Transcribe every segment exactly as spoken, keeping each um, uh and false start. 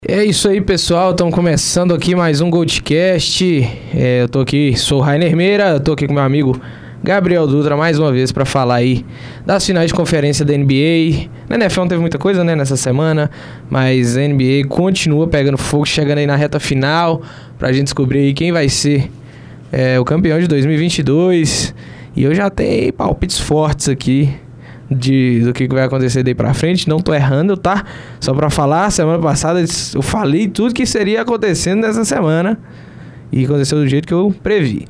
É isso aí, pessoal, estamos começando aqui mais um Goldcast. É, eu tô aqui, sou o Rainer Meira, eu tô aqui com meu amigo Gabriel Dutra mais uma vez para falar aí das finais de conferência da N B A. Na N F L não teve muita coisa, né, nessa semana, mas a N B A continua pegando fogo, chegando aí na reta final pra gente descobrir aí quem vai ser é, o campeão de dois mil e vinte e dois. E eu já tenho palpites fortes aqui De, do que vai acontecer daí pra frente. Não tô errando, tá? Só pra falar, semana passada eu falei tudo que seria acontecendo nessa semana e aconteceu do jeito que eu previ.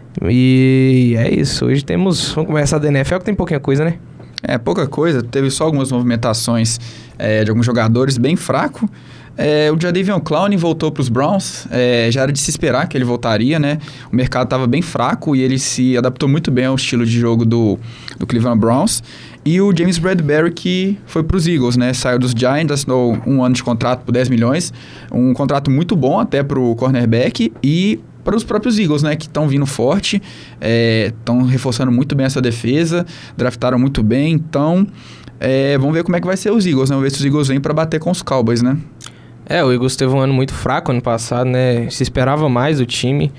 E é isso, hoje temos, vamos começar da N F L, que tem pouquinha coisa, né? É, pouca coisa, teve só algumas movimentações é, de alguns jogadores bem fraco. É, o Jadeveon Clowney voltou para os Browns, é, já era de se esperar que ele voltaria, né? O mercado estava bem fraco e ele se adaptou muito bem ao estilo de jogo do, do Cleveland Browns. E o James Bradberry, que foi para os Eagles, né? Saiu dos Giants, assinou um ano de contrato por dez milhões, um contrato muito bom até para o cornerback e para os próprios Eagles, né? Que estão vindo forte, estão é, reforçando muito bem essa defesa, draftaram muito bem, então é, vamos ver como é que vai ser os Eagles, né? Vamos ver se os Eagles vêm para bater com os Cowboys, né? É, o Eagles teve um ano muito fraco ano passado, né? Se esperava mais do time,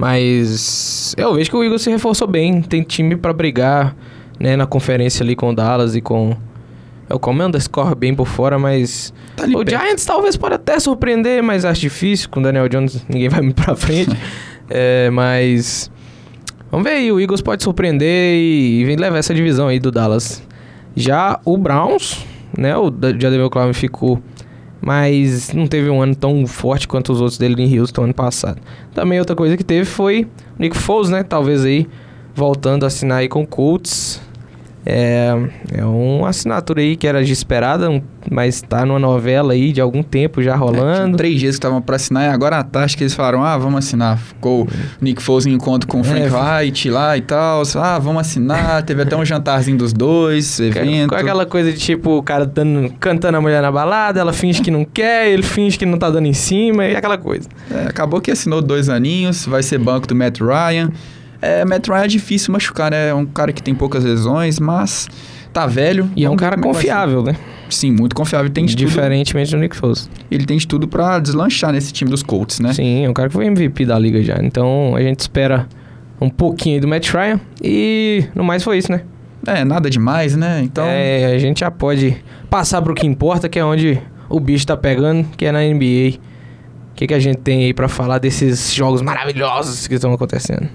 mas eu vejo que o Eagles se reforçou bem, tem time para brigar, né, na conferência ali com o Dallas e com o Commanders, corre bem por fora, mas tá o perto. Giants talvez pode até surpreender, mas acho difícil, com o Daniel Jones ninguém vai muito pra frente. é, mas vamos ver aí, o Eagles pode surpreender e, e vem levar essa divisão aí do Dallas. Já o Browns, né, o Jadeveon Clowney ficou, mas não teve um ano tão forte quanto os outros dele em Houston ano passado. Também outra coisa que teve foi o Nick Foles, né, talvez aí voltando a assinar aí com o Colts. É, é uma assinatura aí que era de esperada, um, mas tá numa novela aí de algum tempo já rolando. É, três dias que estavam pra assinar e agora à tarde que eles falaram, ah, vamos assinar. Ficou o Nick Foles em encontro com o Frank é, White lá e tal. Ah, vamos assinar. Teve até um jantarzinho dos dois, evento. Com aquela coisa de tipo, o cara dando, cantando a mulher na balada, ela finge que não quer, ele finge que não tá dando em cima e aquela coisa. É, acabou que assinou dois aninhos, vai ser banco do Matt Ryan. É, Matt Ryan é difícil machucar, né? É um cara que tem poucas lesões, mas tá velho. E é um cara confiável, né? Sim, muito confiável. Tem de Diferentemente tudo, do Nick Foles. Ele tem de tudo pra deslanchar nesse time dos Colts, né? Sim, é um cara que foi M V P da liga já. Então a gente espera um pouquinho aí do Matt Ryan e no mais foi isso, né? É, nada demais, né? Então... É, a gente já pode passar pro que importa, que é onde o bicho tá pegando, que é na N B A. O que, que a gente tem aí pra falar desses jogos maravilhosos que estão acontecendo?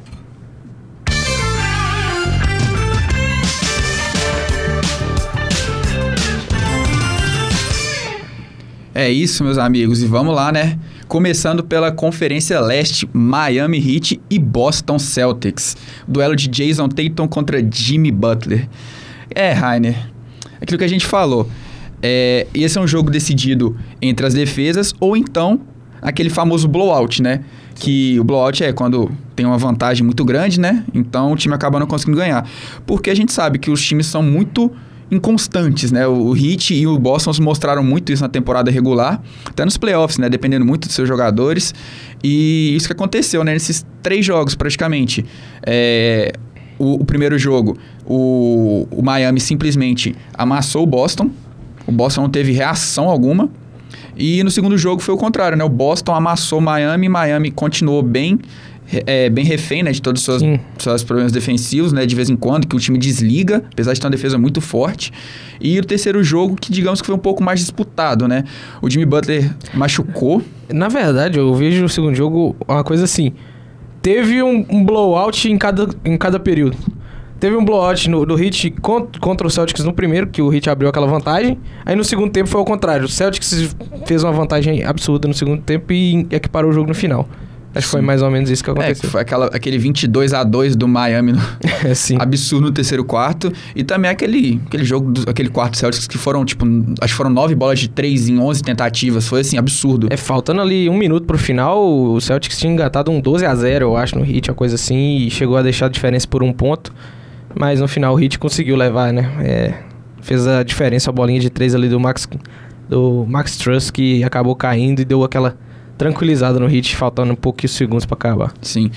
É isso, meus amigos, e vamos lá, né? Começando pela Conferência Leste, Miami Heat e Boston Celtics. Duelo de Jason Tatum contra Jimmy Butler. É, Rainer, aquilo que a gente falou. É, esse é um jogo decidido entre as defesas ou então aquele famoso blowout, né? Que o blowout é quando tem uma vantagem muito grande, né? Então o time acaba não conseguindo ganhar. Porque a gente sabe que os times são muito inconstantes, né? O Heat e o Boston mostraram muito isso na temporada regular, até nos playoffs, né? Dependendo muito dos seus jogadores. E isso que aconteceu, né? Nesses três jogos, praticamente. É, o, o primeiro jogo, o, o Miami simplesmente amassou o Boston. O Boston não teve reação alguma. E no segundo jogo foi o contrário, né? O Boston amassou o Miami e Miami continuou bem... É, bem refém, né, de todos os seus, seus problemas defensivos, né, de vez em quando, que o time desliga, apesar de ter uma defesa muito forte. E o terceiro jogo, que digamos que foi um pouco mais disputado, né? O Jimmy Butler machucou. Na verdade, eu vejo o segundo jogo uma coisa assim, teve um, um blowout em cada, em cada período. Teve um blowout no, do Heat contra, contra o Celtics no primeiro, que o Heat abriu aquela vantagem. Aí no segundo tempo foi ao contrário. O Celtics fez uma vantagem absurda no segundo tempo e equiparou o jogo no final. Acho que foi mais ou menos isso que aconteceu. É, foi aquela, aquele vinte e dois a dois do Miami no, é, sim. absurdo no terceiro quarto. E também aquele, aquele jogo, do, aquele quarto Celtics que foram, tipo, acho que foram nove bolas de três em onze tentativas. Foi, assim, absurdo. É, faltando ali um minuto pro final, o Celtics tinha engatado um doze a zero, eu acho, no Heat, uma coisa assim, e chegou a deixar a diferença por um ponto. Mas no final o Heat conseguiu levar, né? É, fez a diferença, a bolinha de três ali do Max, do Max Truss, que acabou caindo e deu aquela tranquilizada no Heat, faltando um pouquinhos segundos para acabar. Sim,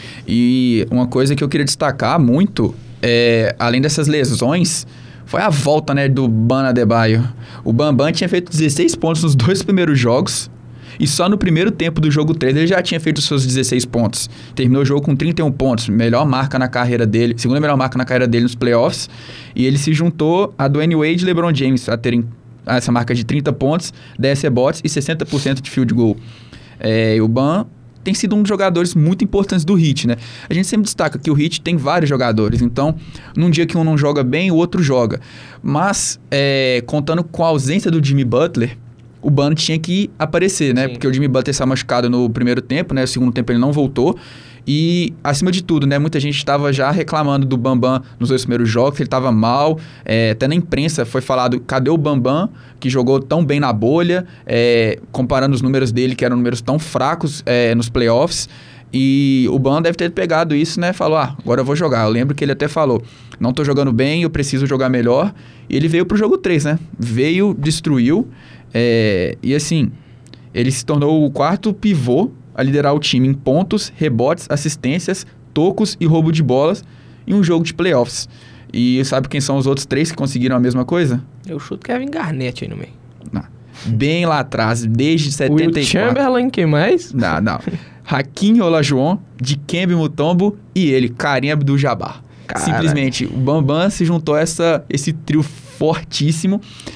e uma coisa que eu queria destacar muito, é, além dessas lesões, foi a volta, né, do Bam Adebayo. O Bambam tinha feito dezesseis pontos nos dois primeiros jogos E só no primeiro tempo do jogo três ele já tinha feito os seus dezesseis pontos. Terminou o jogo com trinta e um pontos. Melhor marca na carreira dele. Segunda melhor marca na carreira dele nos playoffs. E ele se juntou a Dwayne Wade e LeBron James a terem essa marca de trinta pontos, dez rebotes e sessenta por cento de field goal. É, o Ban tem sido um dos jogadores muito importantes do Heat, né? A gente sempre destaca que o Heat tem vários jogadores, então, num dia que um não joga bem, o outro joga. Mas, é, contando com a ausência do Jimmy Butler, o Ban tinha que aparecer, né? Sim. Porque o Jimmy Butler estava machucado no primeiro tempo, né? No segundo tempo ele não voltou. E, acima de tudo, né? Muita gente estava já reclamando do Bambam nos dois primeiros jogos, ele estava mal. É, até na imprensa foi falado, cadê o Bambam, que jogou tão bem na bolha, é, comparando os números dele, que eram números tão fracos é, nos playoffs. E o Ban deve ter pegado isso, né? Falou, ah, agora eu vou jogar. Eu lembro que ele até falou, não tô jogando bem, eu preciso jogar melhor. E ele veio pro jogo três, né? Veio, destruiu. É, e assim, ele se tornou o quarto pivô a liderar o time em pontos, rebotes, assistências, tocos e roubo de bolas em um jogo de playoffs. E sabe quem são os outros três que conseguiram a mesma coisa? Eu chuto Kevin Garnett aí no meio. Não. Bem lá atrás, desde setenta e quatro. Will Chamberlain, quem mais? Não, não. Hakeem Olajuwon, Dikembe Mutombo e ele, Kareem Abdul-Jabbar. Simplesmente, o Bambam se juntou a essa, esse trio fortíssimo.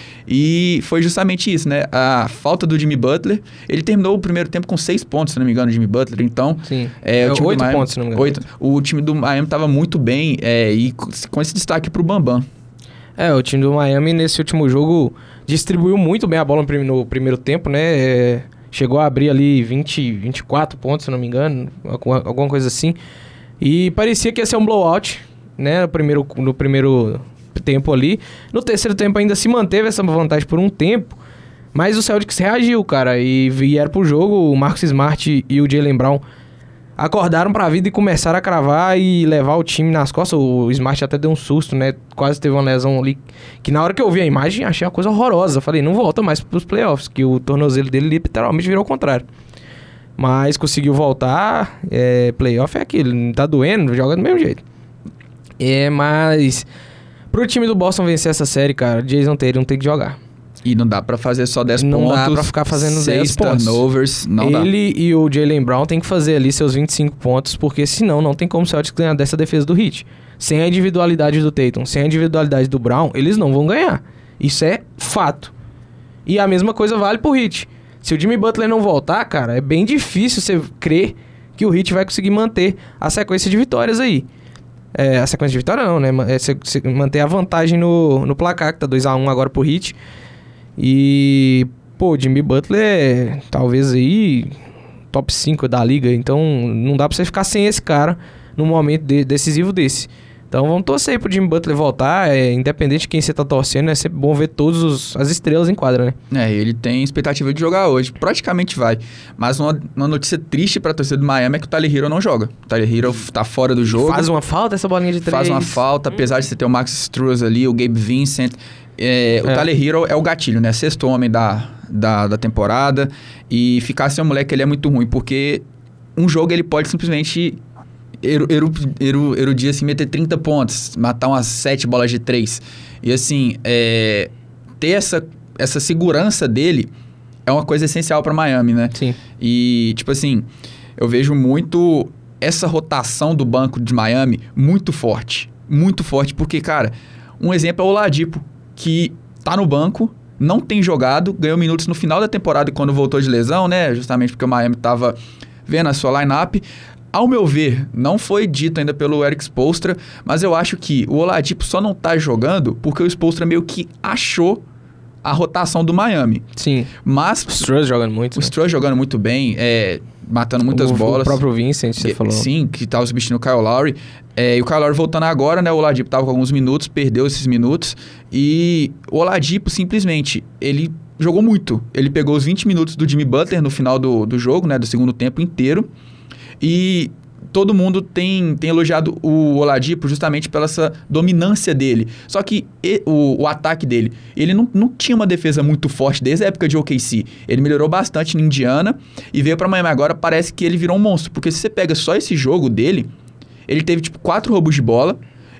E foi justamente isso, né? A falta do Jimmy Butler. Ele terminou o primeiro tempo com seis pontos, se não me engano, o Jimmy Butler. Então, sim. É, é, o time oito do Miami, pontos, se não me engano. Oito. O time do Miami estava muito bem é, e com esse destaque pro Bambam. É, o time do Miami nesse último jogo distribuiu muito bem a bola no primeiro tempo, né? É, chegou a abrir ali vinte, vinte e quatro pontos, se não me engano, alguma coisa assim. E parecia que ia ser um blowout, né? No primeiro, no primeiro tempo ali. No terceiro tempo ainda se manteve essa vantagem por um tempo, mas o Celtics reagiu, cara, e vieram pro jogo. O Marcus Smart e o Jaylen Brown acordaram pra vida e começaram a cravar e levar o time nas costas. O Smart até deu um susto, né? Quase teve uma lesão ali, que na hora que eu vi a imagem, achei uma coisa horrorosa. Falei, não volta mais pros playoffs, que o tornozelo dele literalmente virou ao contrário. Mas conseguiu voltar, é, playoff é aquilo, tá doendo, joga do mesmo jeito. É, mas pro time do Boston vencer essa série, cara, Jason Tatum tem que jogar. E não dá pra fazer só dez não pontos. Não dá pra ficar fazendo dez pontos. turnovers, não dá. Ele e o Jaylen Brown tem que fazer ali seus vinte e cinco pontos, porque senão não tem como o Celtics ganhar dessa defesa do Heat. Sem a individualidade do Tatum, sem a individualidade do Brown, eles não vão ganhar. Isso é fato. E a mesma coisa vale pro Heat. Se o Jimmy Butler não voltar, cara, é bem difícil você crer que o Heat vai conseguir manter a sequência de vitórias aí. É, a sequência de vitória não, né? É, se, se manter a vantagem no, no placar, que tá dois a um agora pro Heat. E, pô, Jimmy Butler é talvez aí top cinco da liga. Então não dá pra você ficar sem esse cara num momento de, decisivo desse. Então vamos torcer aí pro Jimmy Butler voltar. É, independente de quem você tá torcendo, é sempre bom ver todas as estrelas em quadra, né? É, ele tem expectativa de jogar hoje. Praticamente vai. Mas uma, uma notícia triste pra torcida do Miami é que o Tyler Hero não joga. O Tyler Hero tá fora do jogo. Faz uma falta essa bolinha de três. Faz uma falta, apesar de você ter o Max Struz ali, o Gabe Vincent. É, o é. Tyler Hero é o gatilho, né? Sexto homem da, da, da temporada. E ficar sem o moleque, ele é muito ruim. Porque um jogo ele pode simplesmente Eru, eru, eru, erudir, assim, meter trinta pontos, matar umas sete bolas de três. E assim, é, ter essa, essa segurança dele é uma coisa essencial para Miami, né? Sim. E, tipo assim, eu vejo muito essa rotação do banco de Miami muito forte. Muito forte, porque, cara, um exemplo é o Oladipo, que tá no banco, não tem jogado, ganhou minutos no final da temporada quando voltou de lesão, né? Justamente porque o Miami tava vendo a sua line-up. Ao meu ver, não foi dito ainda pelo Erik Spoelstra, mas eu acho que o Oladipo só não tá jogando porque o Spoelstra meio que achou a rotação do Miami. Sim. Mas o Struz jogando muito. O Struz jogando muito bem, é, matando muitas o, bolas. O próprio Vincent, você e, falou. Sim, que tava substituindo o Kyle Lowry. É, e o Kyle Lowry voltando agora, né? O Oladipo tava com alguns minutos, perdeu esses minutos. E o Oladipo, simplesmente, ele jogou muito. Ele pegou os vinte minutos do Jimmy Butler no final do, do jogo, né? Do segundo tempo inteiro. E todo mundo tem, tem elogiado o Oladipo justamente pela essa dominância dele. Só que e, o, o ataque dele, ele não, não tinha uma defesa muito forte desde a época de O K C. Ele melhorou bastante em Indiana e veio pra Miami. Agora parece que ele virou um monstro. Porque se você pega só esse jogo dele, ele teve tipo quatro roubos de bola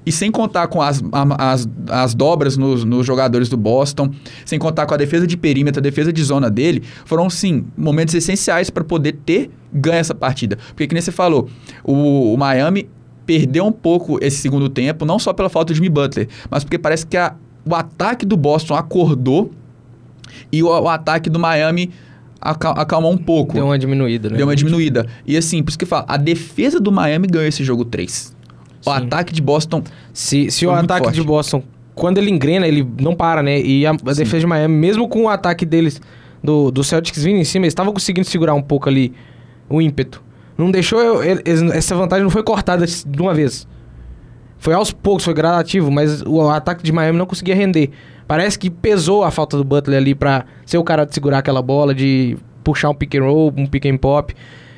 E sem contar com as, as, as dobras nos, nos jogadores do Boston, sem contar com a defesa de perímetro, a defesa de zona dele, foram, sim, momentos essenciais para poder ter ganho essa partida. Porque, que nem você falou, o, o Miami perdeu um pouco esse segundo tempo, não só pela falta de Jimmy Butler, mas porque parece que a, o ataque do Boston acordou e o, o ataque do Miami acal, acalmou um pouco. Deu uma diminuída, né? Deu uma diminuída. E assim, por isso que eu falo, a defesa do Miami ganhou esse jogo três. O Sim. ataque de Boston... Se, se o ataque forte. de Boston, quando ele engrena, ele não para, né? E a, a defesa de Miami, mesmo com o ataque deles, do, do Celtics vindo em cima, eles estavam conseguindo segurar um pouco ali o ímpeto. Não deixou... Eu, eles, essa vantagem não foi cortada de uma vez. Foi aos poucos, foi gradativo, mas o ataque de Miami não conseguia render. Parece que pesou a falta do Butler ali pra ser o cara de segurar aquela bola, de puxar um pick and roll, um pick and pop.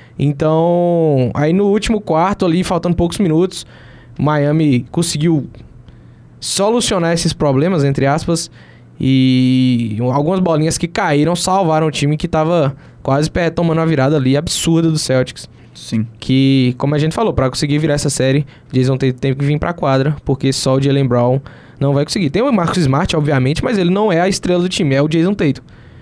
Então, aí no último quarto ali, faltando poucos minutos... Miami conseguiu solucionar esses problemas, entre aspas, e algumas bolinhas que caíram salvaram o time que estava quase pé, tomando uma virada ali absurda do Celtics. Sim. Que, como a gente falou, para conseguir virar essa série, Jason tem, tem que vir para a quadra, porque só o Jaylen Brown não vai conseguir. Tem o Marcus Smart, obviamente, mas ele não é a estrela do time, é o Jason Tatum.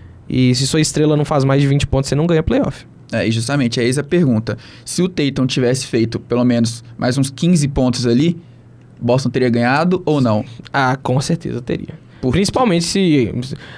E se sua estrela não faz mais de vinte pontos, você não ganha playoff. É, e justamente, é essa a pergunta. Se o Tatum tivesse feito pelo menos mais uns quinze pontos ali, Boston teria ganhado ou não? Ah, com certeza teria. Por Principalmente se...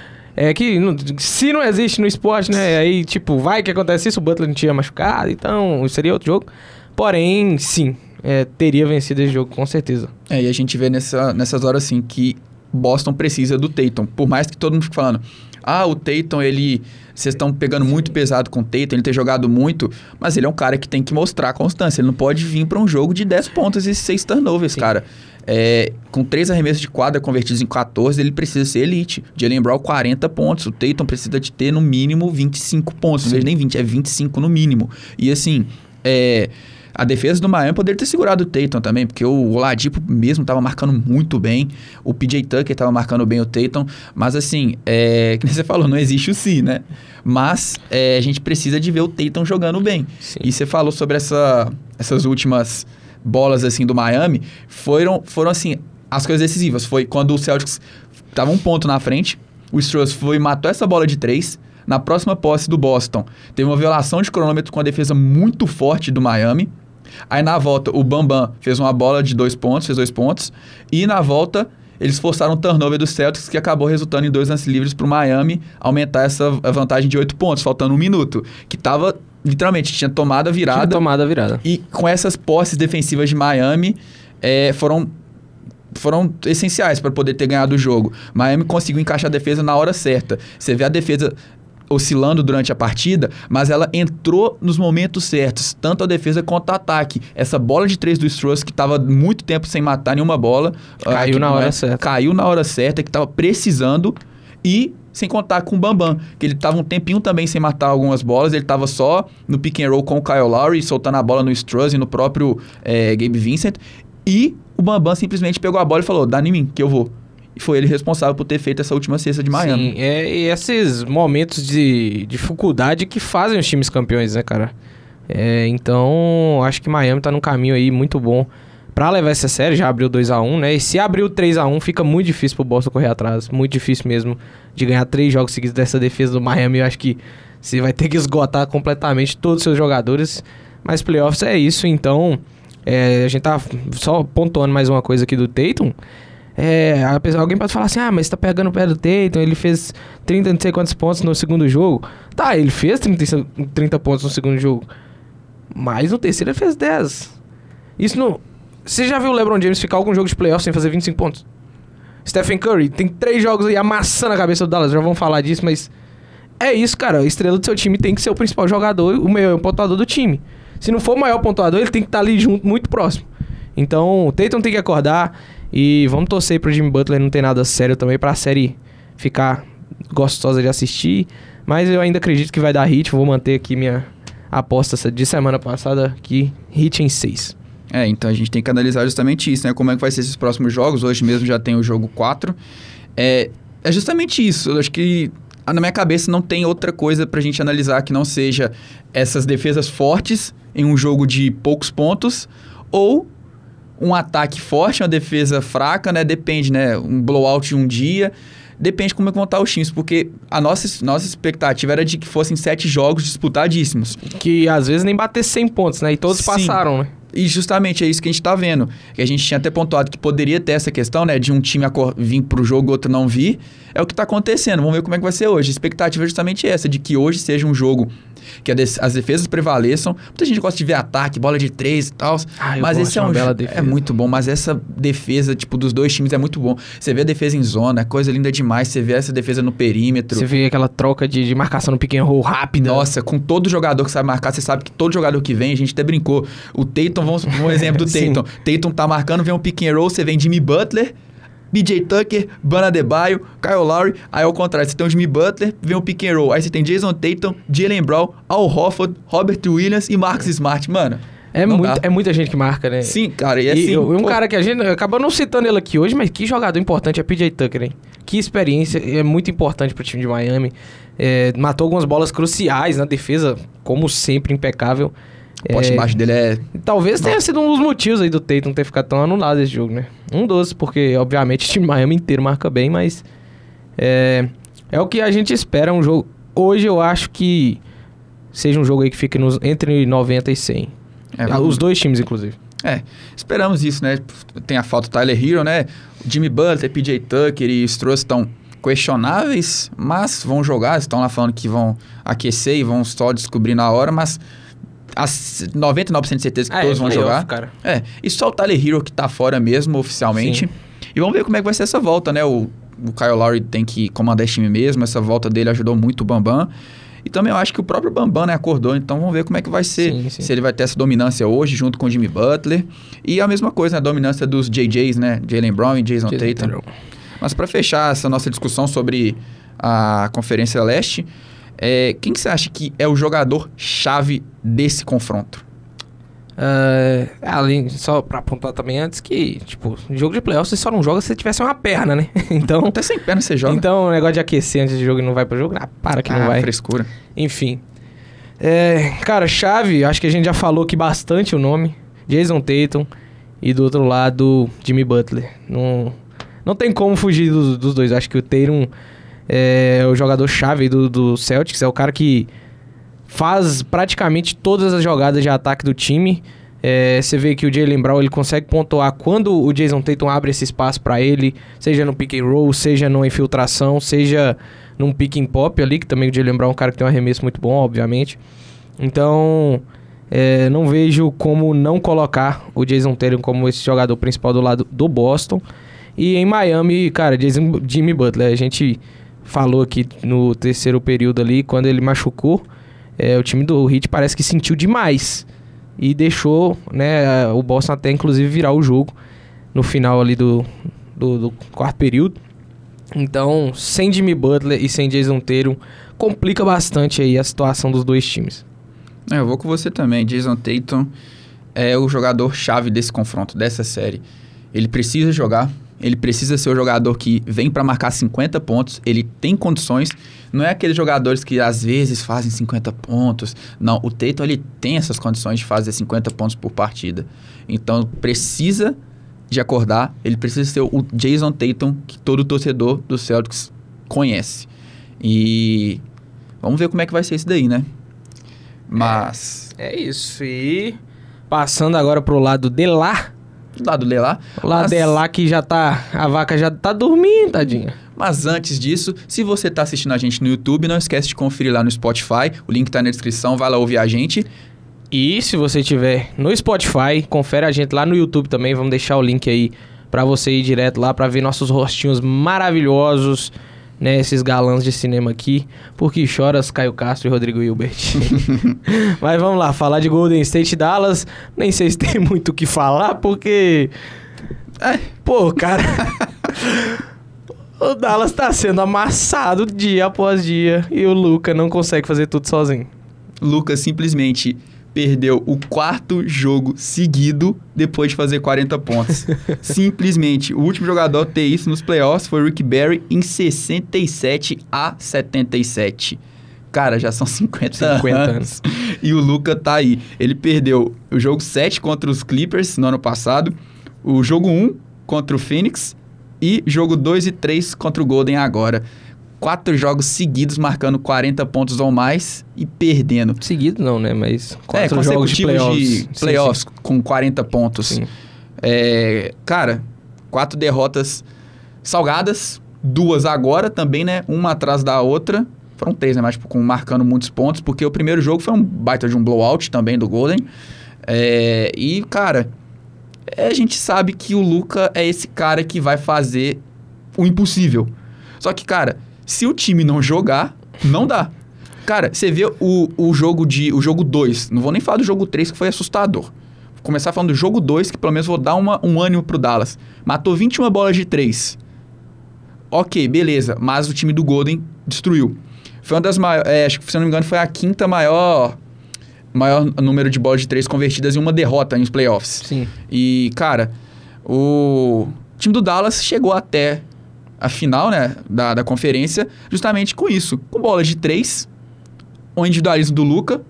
É que não, se não existe no esporte, né? Aí, tipo, vai que acontece isso, o Butler não tinha machucado, então seria outro jogo. Porém, sim, é, teria vencido esse jogo, com certeza. É, e a gente vê nessa, nessas horas, assim, que Boston precisa do Tatum. Por mais que todo mundo fique falando... Ah, o Tatum, ele... Vocês estão pegando muito pesado com o Tatum, ele tem jogado muito, mas ele é um cara que tem que mostrar constância. Ele não pode vir para um jogo de dez pontos e seis turnovers, Sim. cara. É, com três arremessos de quadra convertidos em quatorze, ele precisa ser elite. Jaylen Brown, quarenta pontos. O Tatum precisa de ter, no mínimo, vinte e cinco pontos. Não seja nem vinte, é vinte e cinco no mínimo. E assim, é... A defesa do Miami poderia ter segurado o Tatum também, porque o Oladipo mesmo estava marcando muito bem, o P J Tucker estava marcando bem o Tatum, mas assim, é, como você falou, não existe o si, né? Mas é, a gente precisa de ver o Tatum jogando bem. Sim. E você falou sobre essa, essas últimas bolas assim do Miami, foram, foram assim, as coisas decisivas. Foi quando o Celtics estava um ponto na frente, o Strus foi e matou essa bola de três. Na próxima posse do Boston, teve uma violação de cronômetro com a defesa muito forte do Miami. Aí na volta, o Bambam fez uma bola de dois pontos, fez dois pontos. E na volta, eles forçaram um turnover do Celtics que acabou resultando em dois lances livres para o Miami aumentar essa vantagem de oito pontos, faltando um minuto. Que tava, literalmente, tinha tomado a virada. Tinha tomado a virada. E com essas posses defensivas de Miami, é, foram... foram essenciais para poder ter ganhado o jogo. Miami conseguiu encaixar a defesa na hora certa. Você vê a defesa oscilando durante a partida, mas ela entrou nos momentos certos, tanto a defesa quanto o ataque. Essa bola de três do Strus, que estava muito tempo sem matar nenhuma bola. Caiu uh, na hora é, certa. Caiu na hora certa, que estava precisando. E sem contar com o Bambam, que ele estava um tempinho também sem matar algumas bolas. Ele estava só no pick and roll com o Kyle Lowry, soltando a bola no Strus e no próprio é, Gabe Vincent. E o Bambam simplesmente pegou a bola e falou, dá em mim, que eu vou. E foi ele responsável por ter feito essa última cesta de Miami. Sim, é, e esses momentos de dificuldade que fazem os times campeões, né, cara? É, então, acho que Miami tá num caminho aí muito bom pra levar essa série. Já abriu dois a um, né? E se abrir o três a um, fica muito difícil pro Boston correr atrás. Muito difícil mesmo de ganhar três jogos seguidos dessa defesa do Miami. Eu acho que você vai ter que esgotar completamente todos os seus jogadores. Mas playoffs é isso, então... É, a gente tá só pontuando mais uma coisa aqui do Tatum. É, a pessoa, alguém pode falar assim, ah, mas você tá pegando o pé do Tatum, ele fez trinta não sei quantos pontos no segundo jogo. Tá, ele fez trinta, trinta pontos no segundo jogo, mas no terceiro ele fez dez. Isso não... Você já viu o LeBron James ficar algum jogo de playoff sem fazer vinte e cinco pontos? Stephen Curry tem três jogos aí amassando a cabeça do Dallas, já vamos falar disso, mas... É isso, cara, a estrela do seu time tem que ser o principal jogador, o maior pontuador do time. Se não for o maior pontuador, ele tem que estar ali junto, muito próximo. Então, o Tatum tem que acordar. E vamos torcer pro Jimmy Butler não ter nada sério também, pra série ficar gostosa de assistir. Mas eu ainda acredito que vai dar hit. Vou manter aqui minha aposta de semana passada, que hit em seis. É, então a gente tem que analisar justamente isso, né? Como é que vai ser esses próximos jogos. Hoje mesmo já tem o jogo quatro. É, é justamente isso. Eu acho que na minha cabeça não tem outra coisa pra gente analisar que não seja essas defesas fortes em um jogo de poucos pontos ou um ataque forte, uma defesa fraca, né? Depende, né? Um blowout um dia... Depende como é que vão estar os times, porque a nossa, nossa expectativa era de que fossem sete jogos disputadíssimos. Que às vezes nem bater cem pontos, né? E todos Sim. passaram, né? E justamente é isso que a gente tá vendo. Que a gente tinha até pontuado que poderia ter essa questão, né? De um time acor- vir pro jogo e outro não vir. É o que tá acontecendo. Vamos ver como é que vai ser hoje. A expectativa é justamente essa, de que hoje seja um jogo que a de- as defesas prevaleçam. Muita gente gosta de ver ataque, bola de três e tal. Ah, eu mas gosto esse é de uma um bela jo- defesa. É muito bom. Mas essa defesa, tipo, dos dois times é muito bom. Você vê a defesa em zona, coisa linda demais. Você vê essa defesa no perímetro. Você vê aquela troca de, de marcação no pick and roll rápida. Nossa, com todo jogador que sabe marcar, você sabe que todo jogador que vem, a gente até brincou. O Tatum, vamos um exemplo do Sim. Tatum. Tatum tá marcando, vem um pick and roll, você vem Jimmy Butler, P J Tucker, Bam Adebayo, Kyle Lowry. Aí ao contrário, você tem o Jimmy Butler, vem um pick and roll. Aí você tem Jason Tatum, Jaylen Brown, Al Horford, Robert Williams e Marcus Smart. Mano, É, não muito, dá. é muita gente que marca, né? Sim, cara, e E, assim... e um pô, cara que a gente acabou não citando ele aqui hoje, mas que jogador importante é P J Tucker, hein? Que experiência, é muito importante pro time de Miami. É, matou algumas bolas cruciais na defesa, como sempre, impecável. o poste É, baixo dele é... Talvez tenha sido um dos motivos aí do Tatum ter ficado tão anulado esse jogo, né? Um dos, porque obviamente o time de Miami inteiro marca bem, mas é, é o que a gente espera um jogo. Hoje eu acho que seja um jogo aí que fique nos, entre noventa e cem. É, Os vamos- dois times, inclusive. É, esperamos isso, né? Tem a falta do Tyler Hero, né? O Jimmy Butler, P J Tucker e Strauss estão questionáveis, mas vão jogar. Estão lá falando que vão aquecer e vão só descobrir na hora, mas as noventa e nove por cento de certeza que Ah, todos é, vão playoff, jogar. cara. É, e só o Tyler Hero que tá fora mesmo, oficialmente. Sim. E vamos ver como é que vai ser essa volta, né? O, o Kyle Lowry tem que comandar esse time mesmo, essa volta dele ajudou muito o Bambam. E também eu acho que o próprio Bambam, né, acordou, então vamos ver como é que vai ser. Sim, sim. Se ele vai ter essa dominância hoje, junto com o Jimmy Butler. E a mesma coisa, né, a dominância dos J Js, né, Jaylen Brown e Jason Jason Tatum. Tatum. Mas para fechar essa nossa discussão sobre a Conferência Leste, é, quem que você acha que é o jogador-chave desse confronto? É, além, só pra apontar também antes que, tipo, jogo de playoff você só não joga se você tivesse uma perna, né? Então, Até sem perna você joga. então o negócio de aquecer antes de jogo e não vai pro jogo, ah, para que ah, não vai. frescura. Enfim. É, cara, chave, acho que a gente já falou aqui bastante o nome. Jason Tatum e do outro lado, Jimmy Butler. Não, não tem como fugir dos, dos dois. Acho que o Tatum é o jogador-chave do, do Celtics. É o cara que faz praticamente todas as jogadas de ataque do time. É, você vê que o Jaylen Brown ele consegue pontuar quando o Jason Tatum abre esse espaço pra ele, seja no pick and roll, seja numa infiltração, seja num pick and pop ali, que também o Jaylen Brown é um cara que tem um arremesso muito bom, obviamente. Então, é, não vejo como não colocar o Jason Tatum como esse jogador principal do lado do Boston. E em Miami, cara, Jason, Jimmy Butler, a gente falou aqui no terceiro período ali, quando ele machucou, é, o time do Heat parece que sentiu demais e deixou, né, o Boston até inclusive virar o jogo no final ali do, do, do quarto período. Então, sem Jimmy Butler e sem Jason Tatum, complica bastante aí a situação dos dois times. É, eu vou com você também. Jason Tatum é o jogador-chave desse confronto, dessa série. Ele precisa jogar, ele precisa ser o jogador que vem para marcar cinquenta pontos, ele tem condições. Não é aqueles jogadores que às vezes fazem cinquenta pontos. Não, o Tatum ele tem essas condições de fazer cinquenta pontos por partida. Então, precisa de acordar, ele precisa ser o Jason Tatum que todo torcedor do Celtics conhece. E vamos ver como é que vai ser isso daí, né? Mas... É, é isso. E passando agora pro lado de lá. Do lado de lá... O lado mas- de lá que já tá... A vaca já tá dormindo, tadinha. Mas antes disso, se você está assistindo a gente no YouTube, não esquece de conferir lá no Spotify. O link está na descrição, vai lá ouvir a gente. E se você tiver no Spotify, confere a gente lá no YouTube também. Vamos deixar o link aí pra você ir direto lá pra ver nossos rostinhos maravilhosos, né? Esses galãs de cinema aqui. Porque choras Caio Castro e Rodrigo Hilbert. Mas vamos lá, falar de Golden State e Dallas. Nem sei se tem muito o que falar, porque... É, Pô, cara... O Dallas tá sendo amassado dia após dia. E o Luka não consegue fazer tudo sozinho. Lucas simplesmente perdeu o quarto jogo seguido depois de fazer quarenta pontos. Simplesmente. O último jogador a ter isso nos playoffs foi o Rick Barry em sessenta e sete a setenta e sete. Cara, já são cinquenta, cinquenta anos. E o Luka tá aí. Ele perdeu o jogo sete contra os Clippers no ano passado. o jogo um contra o Phoenix e jogo dois e três contra o Golden agora. Quatro jogos seguidos marcando quarenta pontos ou mais e perdendo. Seguido não, né? Mas quatro é, jogos de playoffs. de playoffs sim, sim. com quarenta pontos. Sim. É, cara, quatro derrotas salgadas, duas agora também, né? Uma atrás da outra. Foram três, né? Mas tipo, com, marcando muitos pontos, porque o primeiro jogo foi um baita de um blowout também do Golden. É, e, cara, a gente sabe que o Luka é esse cara que vai fazer o impossível. Só que, cara, se o time não jogar, não dá. Cara, você vê o, o jogo de o jogo dois, não vou nem falar do jogo três, que foi assustador. Vou começar falando do jogo dois, que pelo menos vou dar uma, um ânimo pro Dallas. Matou vinte e uma bolas de três. Ok, beleza, mas o time do Golden destruiu. Foi uma das maiores, é, acho que se eu não me engano foi a quinta maior, maior número de bolas de três convertidas em uma derrota nos playoffs. Sim. E, cara, o time do Dallas chegou até a final, né, da, da conferência justamente com isso, com bolas de três, o individualismo do Luka,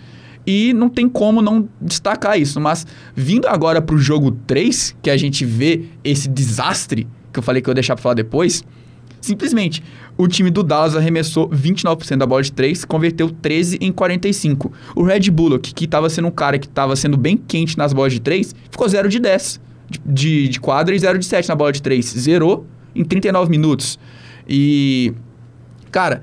e não tem como não destacar isso. Mas vindo agora pro jogo três, que a gente vê esse desastre, que eu falei que eu ia deixar pra falar depois, simplesmente, o time do Dallas arremessou vinte e nove por cento da bola de três, converteu treze em quarenta e cinco. O Red Bullock, que estava sendo um cara que estava sendo bem quente nas bolas de três, ficou zero de dez de, de, de quadra e zero de sete na bola de três. Zerou em trinta e nove minutos. E, cara,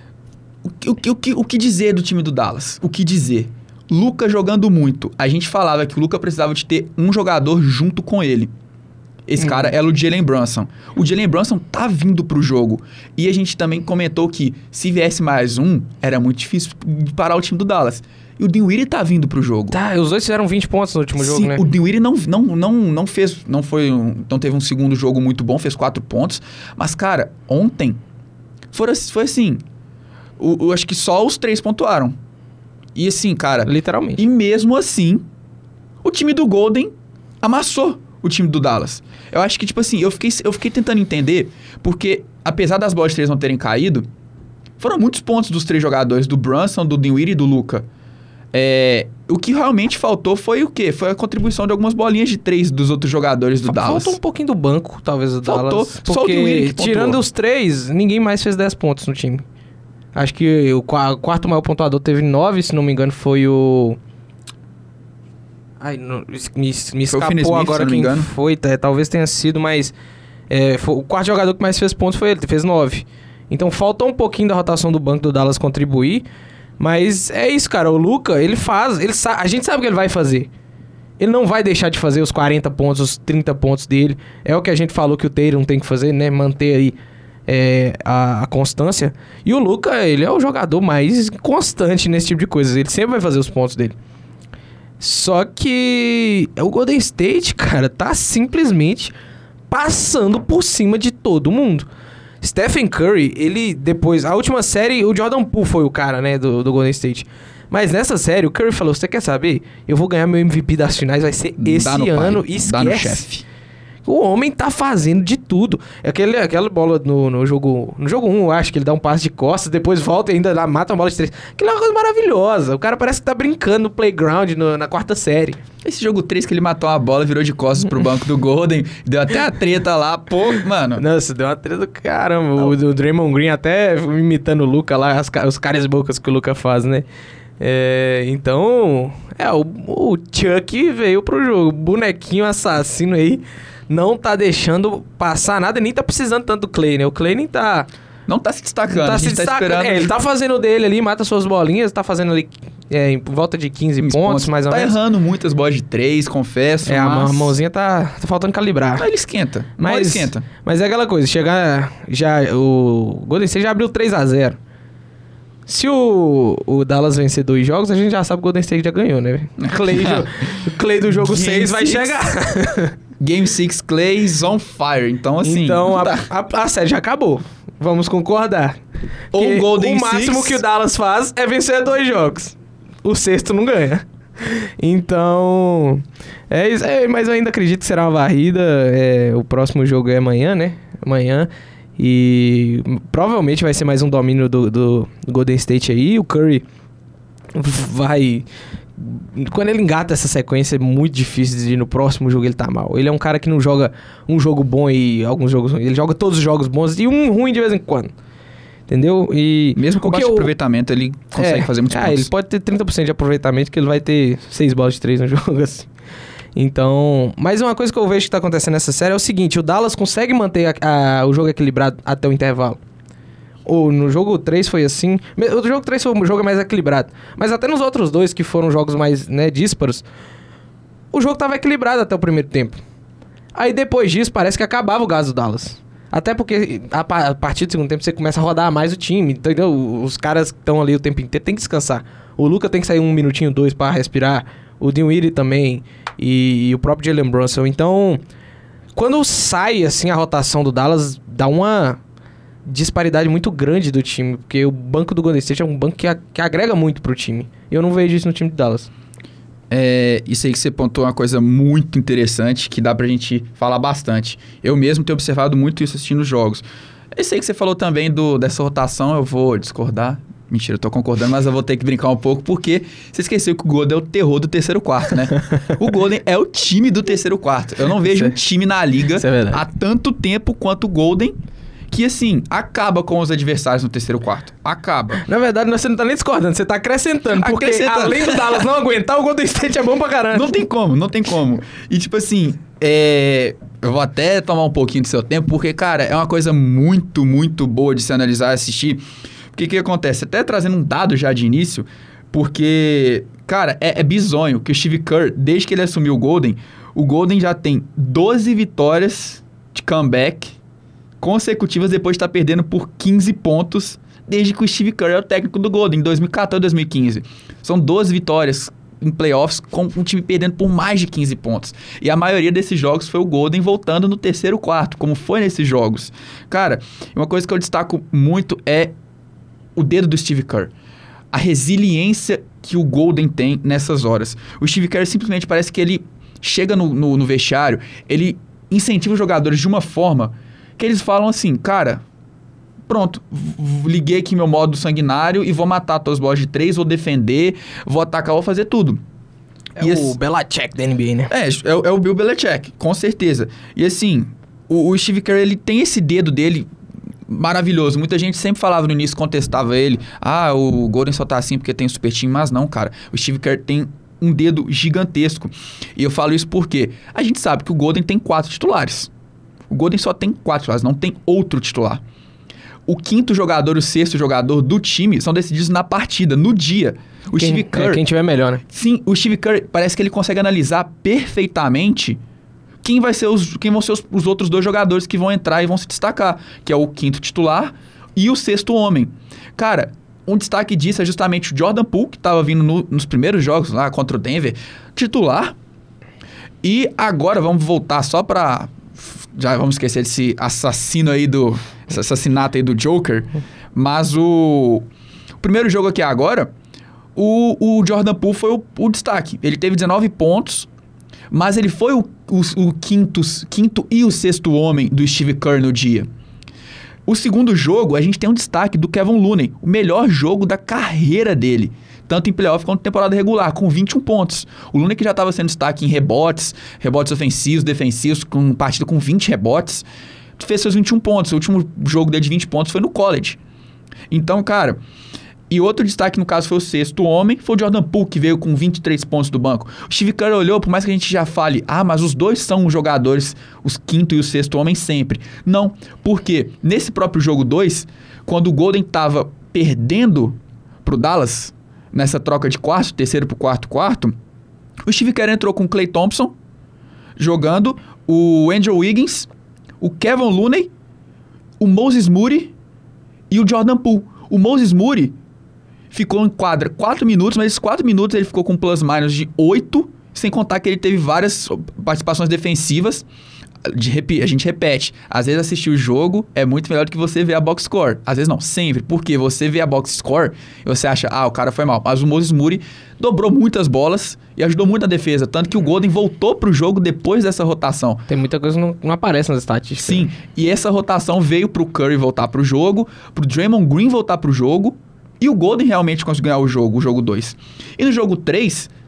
o, o, o, o que dizer do time do Dallas? O que dizer? Luka jogando muito. A gente falava que o Luka precisava de ter um jogador junto com ele. Esse hum. cara é o Jalen Brunson. O Jalen Brunson tá vindo pro jogo. E a gente também comentou que se viesse mais um, era muito difícil de parar o time do Dallas. E o Dinwiddie tá vindo pro jogo. Tá, os dois fizeram vinte pontos no último Sim, jogo, né? O Dinwiddie não, não, não, não fez, não foi, um, não teve um segundo jogo muito bom, fez quatro pontos. Mas, cara, ontem foi, foi assim, o, o, acho que só os três pontuaram. E assim, cara... Literalmente. E mesmo assim, o time do Golden amassou o time do Dallas. Eu acho que, tipo assim, eu fiquei, eu fiquei tentando entender, porque apesar das bolas de três não terem caído, foram muitos pontos dos três jogadores, do Brunson, do Dinwiddie e do Luka. É, o que realmente faltou foi o quê? Foi a contribuição de algumas bolinhas de três dos outros jogadores do Faltou Dallas. Faltou um pouquinho do banco, talvez, do Faltou. Dallas. Só o Dinwiddie que pontuou. Tirando os três, ninguém mais fez dez pontos no time. Acho que o quarto maior pontuador teve nove, se não me engano, foi o... Ai, não, me, me escapou Smith, agora quem foi, tá, talvez tenha sido, mas é, foi, o quarto jogador que mais fez pontos foi ele, fez nove. Então falta um pouquinho da rotação do banco do Dallas contribuir, mas é isso, cara, o Luka, ele faz, ele sa- a gente sabe o que ele vai fazer. Ele não vai deixar de fazer os quarenta pontos, os trinta pontos dele, é o que a gente falou que o Tatum tem que fazer, né, manter aí é, a, a constância. E o Luka, ele é o jogador mais constante nesse tipo de coisa, ele sempre vai fazer os pontos dele. Só que o Golden State, cara, tá simplesmente passando por cima de todo mundo. Stephen Curry, ele depois... A última série, o Jordan Poole foi o cara, né, do, do Golden State. Mas nessa série, o Curry falou, você quer saber? Eu vou ganhar meu M V P das finais, vai ser esse ano, pai, esquece. dá no chefe. O homem tá fazendo de tudo. Aquele, aquela bola no, no jogo no jogo um, eu acho que ele dá um passe de costas, depois volta e ainda dá, mata uma bola de três. Aquilo é uma coisa maravilhosa. O cara parece que tá brincando no playground no, na quarta série. Esse jogo três que ele matou uma bola, virou de costas pro banco do Golden, deu até a treta lá, pô, mano. Nossa, deu uma treta do caramba. O, o Draymond Green até imitando o Luka lá, as, os caras bocas que o Luka faz, né? É, então, é, o, o Chuck veio pro jogo. Bonequinho assassino aí. Não tá deixando passar nada, nem tá precisando tanto do Clay, né? O Clay nem tá... Não tá se destacando, Não tá a gente se tá destacando. esperando... É, ele tá fazendo o dele ali, mata suas bolinhas, tá fazendo ali é, em volta de quinze pontos, pontos, mais ou tá menos. Tá errando muitas bolas de três, confesso, É, mas... a mãozinha tá, tá faltando calibrar. Mas ele esquenta, mas ele esquenta. Mas é aquela coisa, chegar... já O Golden State já abriu três a zero. Se o, o Dallas vencer dois jogos, a gente já sabe que o Golden State já ganhou, né? Clay, o Clay do jogo seis vai chegar. Game seis, Clay's on fire. Então, assim... Então, a, tá. a, a série já acabou. Vamos concordar. Ou o Golden O máximo Six... que o Dallas faz é vencer dois jogos. O sexto não ganha. Então... É isso. É, mas eu ainda acredito que será uma varrida. É, o próximo jogo é amanhã, né? Amanhã. E provavelmente vai ser mais um domínio do, do, do Golden State aí. O Curry vai Quando ele engata essa sequência, é muito difícil de no próximo jogo ele tá mal. Ele é um cara que não joga um jogo bom e alguns jogos ruins. Ele joga todos os jogos bons e um ruim de vez em quando. Entendeu? E mesmo com baixo eu... aproveitamento, ele consegue é, fazer muitos pontos. Ah, ele pode ter trinta por cento de aproveitamento, que ele vai ter seis bolas de três no jogo, assim. Então... Mas uma coisa que eu vejo que tá acontecendo nessa série é o seguinte, o Dallas consegue manter a, a, o jogo equilibrado até o intervalo. Ou no jogo três foi assim. O jogo três foi um jogo mais equilibrado. Mas até nos outros dois, que foram jogos mais, né, dísparos, o jogo tava equilibrado até o primeiro tempo. Aí depois disso, parece que acabava o gás do Dallas. Até porque a partir do segundo tempo você começa a rodar mais o time, entendeu? Os caras que estão ali o tempo inteiro tem que descansar. O Luka tem que sair um minutinho, dois pra respirar. O Dinwiddie também. E, e o próprio Jalen Brunson. Então, quando sai assim a rotação do Dallas, dá uma disparidade muito grande do time. Porque o banco do Golden State é um banco que, a, que agrega muito pro time. E eu não vejo isso no time de Dallas. É, isso aí que você pontuou é uma coisa muito interessante que dá pra gente falar bastante. Eu mesmo tenho observado muito isso assistindo os jogos. Isso aí que você falou também do, dessa rotação, eu vou discordar. Mentira, eu tô concordando, mas eu vou ter que brincar um pouco, porque você esqueceu que o Golden é o terror do terceiro quarto, né? O Golden é o time do terceiro quarto. Eu não vejo um time na liga é há tanto tempo quanto o Golden, que, assim, acaba com os adversários no terceiro quarto. Acaba. Na verdade, você não tá nem discordando, você tá acrescentando. Porque acrescentando. Além do Dallas não aguentar, o Golden State é bom pra caramba. Não tem como, não tem como. E, tipo assim, é... eu vou até tomar um pouquinho do seu tempo, porque, cara, é uma coisa muito, muito boa de se analisar e assistir. Porque o que acontece? Até trazendo um dado já de início, porque, cara, é, é bizonho que o Steve Kerr, desde que ele assumiu o Golden, o Golden já tem doze vitórias de comeback consecutivas depois de estar perdendo por quinze pontos desde que o Steve Kerr é o técnico do Golden, em dois mil e quatorze, dois mil e quinze. São doze vitórias em playoffs com um time perdendo por mais de quinze pontos. E a maioria desses jogos foi o Golden voltando no terceiro quarto, como foi nesses jogos. Cara, uma coisa que eu destaco muito é o dedo do Steve Kerr. A resiliência que o Golden tem nessas horas. O Steve Kerr simplesmente parece que ele chega no, no, no vestiário, ele incentiva os jogadores de uma forma que eles falam assim, cara, pronto, liguei aqui meu modo sanguinário e vou matar todas as bolas de três, vou defender, vou atacar, vou fazer tudo. É e o esse... Belichick da N B A, né? É, é, é o Bill Belichick, com certeza. E assim, o, o Steve Kerr, ele tem esse dedo dele maravilhoso. Muita gente sempre falava no início, contestava ele, ah, o Golden só tá assim porque tem um super time, mas não, cara. O Steve Kerr tem um dedo gigantesco. E eu falo isso porque a gente sabe que o Golden tem quatro titulares. O Golden só tem quatro titulares, não tem outro titular. O quinto jogador e o sexto jogador do time são decididos na partida, no dia. O quem, Steve Kerr... É quem tiver melhor, né? Sim, o Steve Kerr parece que ele consegue analisar perfeitamente quem, vai ser os, quem vão ser os, os outros dois jogadores que vão entrar e vão se destacar, que é o quinto titular e o sexto homem. Cara, um destaque disso é justamente o Jordan Poole, que estava vindo no, nos primeiros jogos lá contra o Denver, titular. E agora vamos voltar só para... Já vamos esquecer desse assassino aí do... Esse assassinato aí do Joker. Mas o... O primeiro jogo aqui agora, o, o Jordan Poole foi o, o destaque. Ele teve dezenove pontos, mas ele foi o, o, o quinto, quinto e o sexto homem do Steve Kerr no dia. O segundo jogo, a gente tem um destaque do Kevin Looney. O melhor jogo da carreira dele. Tanto em playoff quanto em temporada regular, com vinte e um pontos. O Looney que já estava sendo destaque em rebotes, rebotes ofensivos, defensivos, com partida com vinte rebotes, fez seus vinte e um pontos. O último jogo dele de vinte pontos foi no college. Então, cara... E outro destaque, no caso, foi o sexto homem, foi o Jordan Poole, que veio com vinte e três pontos do banco. O Steve Kerr olhou, por mais que a gente já fale, ah, mas os dois são os jogadores, os quinto e o sexto homem sempre. Não, porque nesse próprio jogo dois, quando o Golden estava perdendo pro Dallas, nessa troca de quarto, terceiro pro quarto, quarto, o Steve Kerr entrou com o Klay Thompson, jogando, o Andrew Wiggins, o Kevin Looney, o Moses Moody e o Jordan Poole. O Moses Moody ficou em quadra quatro minutos, mas esses quatro minutos ele ficou com plus-minus de oito, sem contar que ele teve várias participações defensivas. De rep- a gente repete, às vezes assistir o jogo é muito melhor do que você ver a box score. Às vezes não, sempre. Porque você vê a box score e você acha, ah, o cara foi mal. Mas o Moses Moody dobrou muitas bolas e ajudou muito a defesa. Tanto que o Golden voltou pro jogo depois dessa rotação. Tem muita coisa que não, não aparece nas estatísticas. Sim, e essa rotação veio pro Curry voltar pro jogo, pro Draymond Green voltar pro jogo, e o Golden realmente conseguiu ganhar o jogo, o jogo dois. E no jogo três,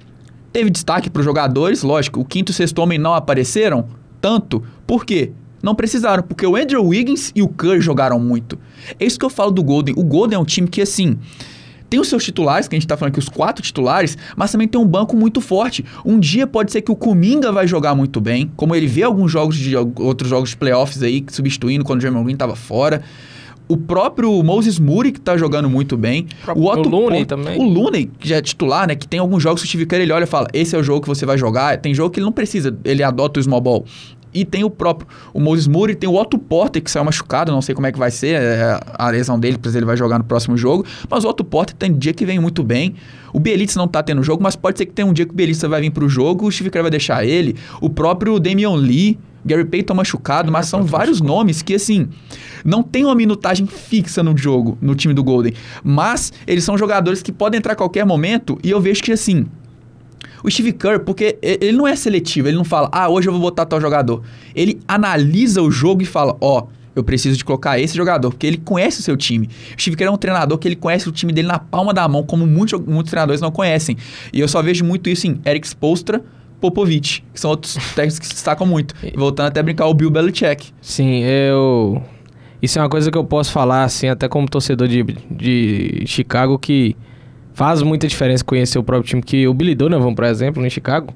Teve destaque para os jogadores, lógico, o quinto e o sexto homem não apareceram tanto. Por quê? Não precisaram, porque o Andrew Wiggins e o Curry jogaram muito. É isso que eu falo do Golden. O Golden é um time que, assim, tem os seus titulares, que a gente tá falando aqui, os quatro titulares, mas também tem um banco muito forte. Um dia pode ser que o Kuminga vai jogar muito bem, como ele vê alguns jogos de outros jogos de playoffs aí, substituindo quando o Draymond Green tava fora. O próprio Moses Moody, que tá jogando muito bem. O, o, Otto o Looney Pont, também. O Looney, que já é titular, né? Que tem alguns jogos que o Steve Kerr, ele olha e fala, esse é o jogo que você vai jogar. Tem jogo que ele não precisa, ele adota o small ball. E tem o próprio, o Moses Moody, tem o Otto Porter, que saiu machucado, não sei como é que vai ser é, a lesão dele, porque ele vai jogar no próximo jogo. Mas o Otto Porter tem dia que vem muito bem. O Bjelica não tá tendo jogo, mas pode ser que tenha um dia que o Bjelica vai vir pro jogo, o Steve Kerr vai deixar ele. O próprio Damian Lee, Gary Payton machucado, mas são vários nomes que, assim, não tem uma minutagem fixa no jogo, no time do Golden. Mas eles são jogadores que podem entrar a qualquer momento, e eu vejo que, assim, o Steve Kerr, porque ele não é seletivo, ele não fala, ah, hoje eu vou botar tal jogador. Ele analisa o jogo e fala, ó, oh, eu preciso de colocar esse jogador, porque ele conhece o seu time. O Steve Kerr é um treinador que ele conhece o time dele na palma da mão, como muitos, muitos treinadores não conhecem. E eu só vejo muito isso em Erik Spoelstra, Popovich, que são outros técnicos que se destacam muito. Voltando até a brincar, o Bill Belichick. Sim, eu... Isso é uma coisa que eu posso falar, assim, até como torcedor de, de Chicago, que faz muita diferença conhecer o próprio time. Que o Billy Donovan, por exemplo, em Chicago,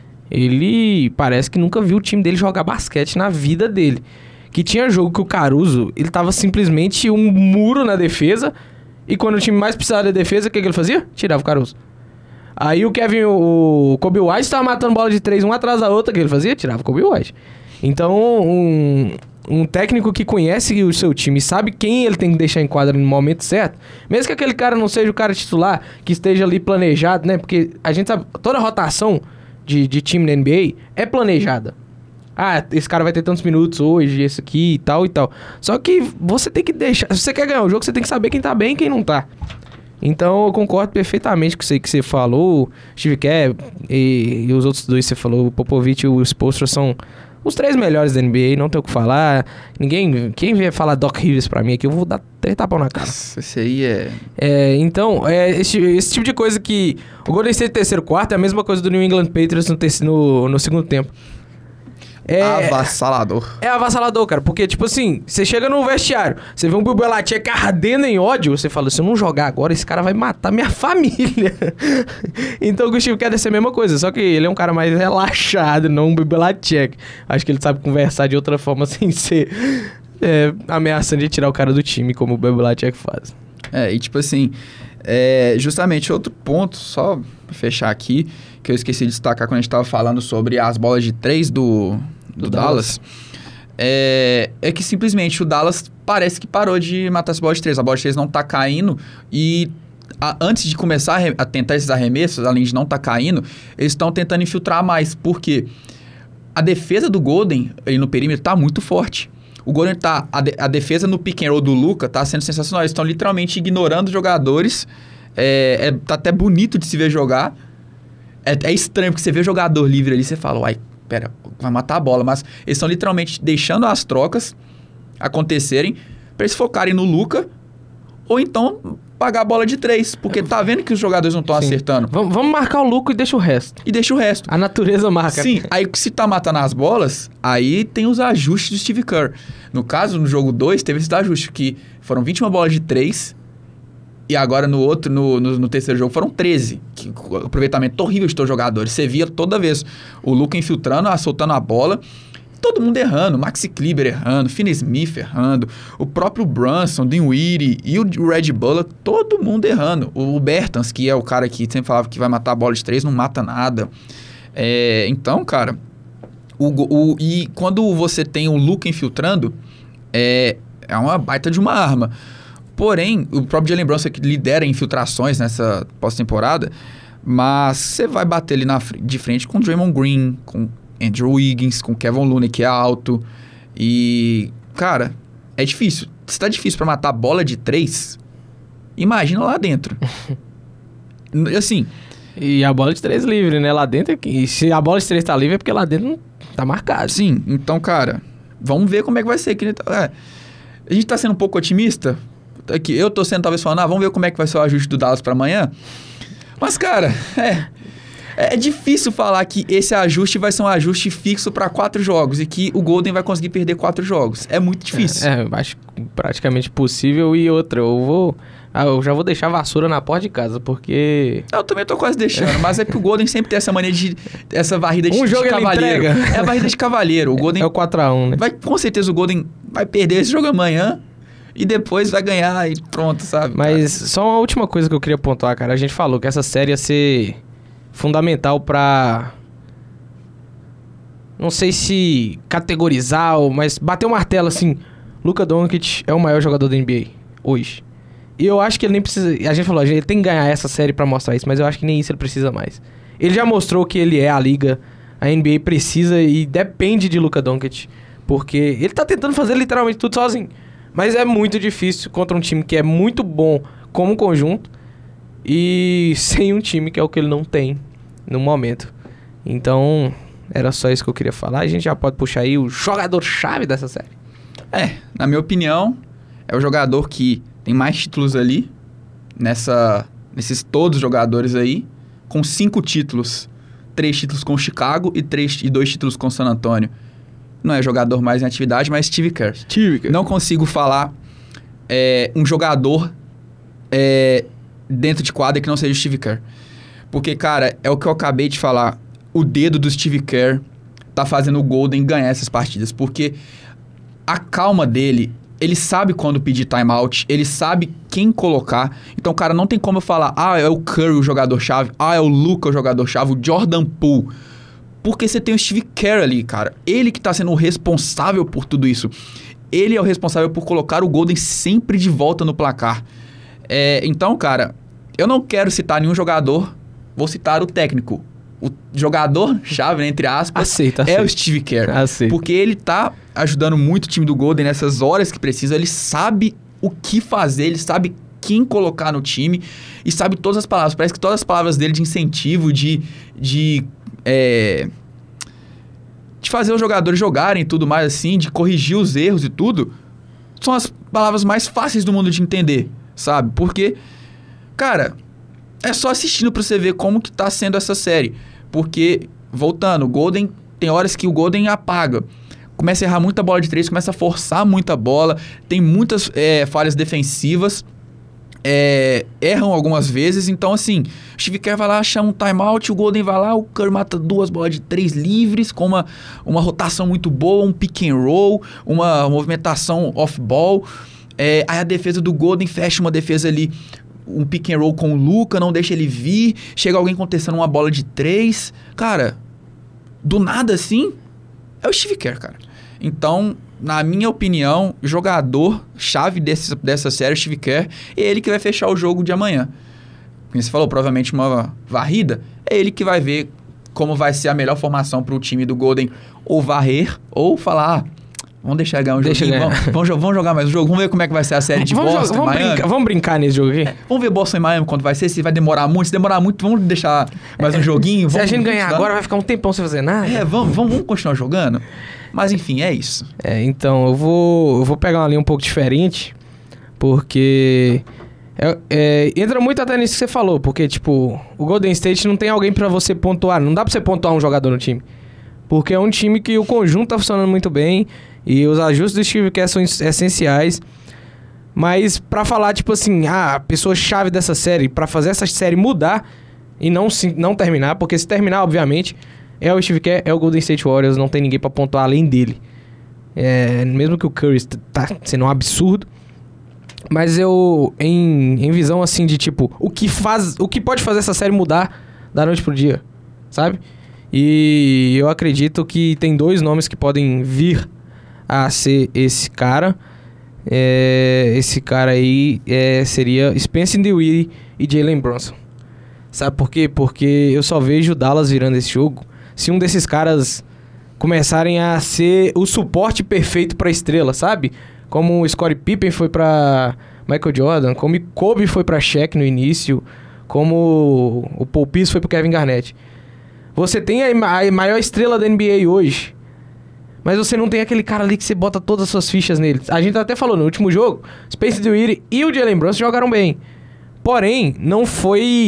ele parece que nunca viu o time dele jogar basquete na vida dele. Que tinha jogo que o Caruso, ele tava simplesmente um muro na defesa, e quando o time mais precisava da defesa, o que, que ele fazia? Tirava o Caruso. Aí o Kevin, o Kobe White tava matando bola de três, uma atrás da outra, que ele fazia? Tirava o Kobe White. Então, um, um técnico que conhece o seu time, sabe quem ele tem que deixar em quadra no momento certo, mesmo que aquele cara não seja o cara titular, que esteja ali planejado, né? Porque a gente sabe, toda rotação de, de time na N B A é planejada. Ah, esse cara vai ter tantos minutos hoje, esse aqui e tal e tal. Só que você tem que deixar... Se você quer ganhar o jogo, você tem que saber quem tá bem e quem não tá. Então, eu concordo perfeitamente com isso que você falou, Steve Kerr e, e os outros dois que você falou, o Popovich e o Spoelstra são os três melhores da N B A, não tem o que falar. Ninguém, quem vier falar Doc Rivers pra mim aqui, eu vou dar três tapão na cara. Nossa, esse aí é... é então, é esse, esse tipo de coisa que o Golden State terceiro quarto é a mesma coisa do New England Patriots no, terceiro, no, no segundo tempo. É avassalador. É avassalador, cara. Porque, tipo assim, você chega no vestiário, você vê um Bill Belichick ardendo em ódio, você fala, se eu não jogar agora, esse cara vai matar minha família. Então o Steve Kerr deve ser a mesma coisa, só que ele é um cara mais relaxado, não um Bill Belichick. Acho que ele sabe conversar de outra forma sem ser é, ameaçando de tirar o cara do time, como o Bill Belichick faz. É, e tipo assim, é, justamente outro ponto, só pra fechar aqui, que eu esqueci de destacar quando a gente tava falando sobre as bolas de três do... do, do Dallas, Dallas. É, é que simplesmente o Dallas parece que parou de matar essa bola de três. A bola de três não tá caindo e a, antes de começar a, a tentar esses arremessos, além de não tá caindo, eles estão tentando infiltrar mais. Por quê? A defesa do Golden ali no perímetro tá muito forte. O Golden tá... A, de, a defesa no pick and roll do Luka tá sendo sensacional. Eles estão literalmente ignorando os jogadores. É, é, tá até bonito de se ver jogar. É, é estranho, porque você vê o jogador livre ali, você fala, uai, pera, vai matar a bola. Mas eles estão literalmente deixando as trocas acontecerem para eles focarem no Luka ou então pagar a bola de três, porque tá vendo que os jogadores não estão acertando. Vamos, vamos marcar o Luka e deixa o resto. E deixa o resto. A natureza marca. Sim, aí se tá matando as bolas, aí tem os ajustes do Steve Kerr. No caso, no jogo dois, teve esses ajustes, que foram vinte e uma bolas de três, e agora no outro, no, no, no terceiro jogo, foram treze. Que, aproveitamento horrível de todos os jogadores. Você via toda vez o Luka infiltrando, soltando a bola, todo mundo errando. Maxi Kleber errando, Finney Smith errando, o próprio Brunson, Dinwiddie e o Red Bullock, todo mundo errando. O Bertans, que é o cara que sempre falava que vai matar a bola de três, não mata nada. É, então, cara, o, o, e quando você tem o Luka infiltrando, é, é uma baita de uma arma. Porém, o próprio Jalen Brunson que lidera infiltrações nessa pós-temporada, mas você vai bater ali na, de frente com o Draymond Green, com Andrew Wiggins, com Kevin Looney, que é alto. E, cara, é difícil. Se tá difícil pra matar bola de três, imagina lá dentro. Assim... E a bola de três livre, né? Lá dentro, e se a bola de três tá livre é porque lá dentro não tá marcado. Sim, então, cara, vamos ver como é que vai ser. Que, é, a gente tá sendo um pouco otimista. Aqui, eu tô sendo talvez falando, ah, vamos ver como é que vai ser o ajuste do Dallas pra amanhã. Mas, cara, é... É difícil falar que esse ajuste vai ser um ajuste fixo para quatro jogos e que o Golden vai conseguir perder quatro jogos. É muito difícil. É, é acho praticamente possível. E outra, eu vou... Ah, eu já vou deixar a vassoura na porta de casa, porque... Eu também tô quase deixando, mas é que o Golden sempre tem essa mania de... Essa varrida de, um jogo de cavalheiro. Ele entrega. É a varrida de cavalheiro. O Golden... É o quatro a um, né? Vai, com certeza o Golden vai perder esse jogo amanhã e depois vai ganhar e pronto, sabe? Mas cara, só uma última coisa que eu queria pontuar, cara. A gente falou que essa série ia ser fundamental pra... Não sei se categorizar, mas bater o martelo assim... Luka Doncic é o maior jogador da N B A hoje. E eu acho que ele nem precisa... A gente falou, ele tem que ganhar essa série pra mostrar isso, mas eu acho que nem isso ele precisa mais. Ele já mostrou que ele é a liga, a N B A precisa e depende de Luka Doncic, porque ele tá tentando fazer literalmente tudo sozinho. Mas é muito difícil contra um time que é muito bom como conjunto e sem um time que é o que ele não tem no momento. Então, era só isso que eu queria falar. A gente já pode puxar aí o jogador-chave dessa série. É, na minha opinião, é o jogador que tem mais títulos ali, nessa, nesses todos os jogadores aí, com cinco títulos. Três títulos com Chicago e, três, e dois títulos com San Antonio. Não é jogador mais em atividade, mas Steve Kerr. Steve Kerr. Não consigo falar é, um jogador é, dentro de quadra que não seja Steve Kerr. Porque, cara, é o que eu acabei de falar. O dedo do Steve Kerr tá fazendo o Golden ganhar essas partidas. Porque a calma dele... Ele sabe quando pedir timeout, ele sabe quem colocar. Então, cara, não tem como eu falar, ah, é o Curry o jogador-chave, ah, é o Luka o jogador-chave, o Jordan Poole. Porque você tem o Steve Kerr ali, cara. Ele que tá sendo o responsável por tudo isso. Ele é o responsável por colocar o Golden sempre de volta no placar. É, então, cara, eu não quero citar nenhum jogador, vou citar o técnico. O jogador-chave, né, entre aspas, aceita, é aceita. o Steve Kerr. Aceita. Porque ele tá ajudando muito o time do Golden nessas horas que precisa. Ele sabe o que fazer, ele sabe quem colocar no time e sabe todas as palavras. Parece que todas as palavras dele de incentivo, de... de é, de fazer os jogadores jogarem e tudo mais assim, de corrigir os erros e tudo, são as palavras mais fáceis do mundo de entender, sabe? Porque, cara... É só assistindo pra você ver como que tá sendo essa série. Porque, voltando, o Golden... Tem horas que o Golden apaga. Começa a errar muita bola de três, começa a forçar muita bola. Tem muitas é, falhas defensivas. É, erram algumas vezes. Então, assim, o Steve Kerr vai lá, chama um timeout. O Golden vai lá, o Curry mata duas bolas de três livres. Com uma, uma rotação muito boa, um pick and roll. Uma movimentação off-ball. É, aí a defesa do Golden fecha uma defesa ali... Um pick and roll com o Luka, não deixa ele vir. Chega alguém contestando uma bola de três. Cara, do nada assim, é o Steve Kerr, cara. Então, na minha opinião, jogador-chave desse, dessa série, Steve Kerr, é ele que vai fechar o jogo de amanhã. Como você falou, provavelmente uma varrida. É ele que vai ver como vai ser a melhor formação para o time do Golden. Ou varrer, ou falar... Ah, vamos deixar ganhar um Deixa joguinho. ganhar. Vamos, vamos, vamos jogar mais um jogo. Vamos ver como é que vai ser a série de vamos Boston jogar, vamos, e Miami. brincar, vamos brincar nesse jogo aqui? É, vamos ver Boston e Miami quanto vai ser. Se vai demorar muito. Se demorar muito, vamos deixar mais um joguinho. Se vamos, a gente ganhar vamos agora, vai ficar um tempão sem fazer nada. É, vamos, vamos, vamos continuar jogando. Mas enfim, é isso. É, então, eu vou, eu vou pegar uma linha um pouco diferente, porque... É, é, entra muito até nisso que você falou, porque, tipo, o Golden State não tem alguém pra você pontuar. Não dá pra você pontuar um jogador no time. Porque é um time que o conjunto tá funcionando muito bem e os ajustes do Steve Kerr são essenciais. Mas pra falar, tipo assim, ah, a pessoa-chave dessa série, pra fazer essa série mudar e não, se, não terminar, porque se terminar, obviamente, é o Steve Kerr, é o Golden State Warriors, não tem ninguém pra pontuar além dele. É, mesmo que o Curry tá sendo um absurdo. Mas eu, em, em visão assim de tipo, o que faz, o que pode fazer essa série mudar da noite pro dia, sabe? E eu acredito que tem dois nomes que podem vir a ser esse cara. É, esse cara aí é, seria Spencer Dinwiddie e Jalen Brunson. Sabe por quê? Porque eu só vejo o Dallas virando esse jogo se um desses caras começarem a ser o suporte perfeito pra estrela, sabe? Como o Scottie Pippen foi pra Michael Jordan, como o Kobe foi pra Shaq no início, como o Paul Pierce foi pro Kevin Garnett. Você tem a, a maior estrela da N B A hoje, mas você não tem aquele cara ali que você bota todas as suas fichas nele. A gente até falou no último jogo, Spencer Dinwiddie e o Jalen Brunson jogaram bem. Porém, não foi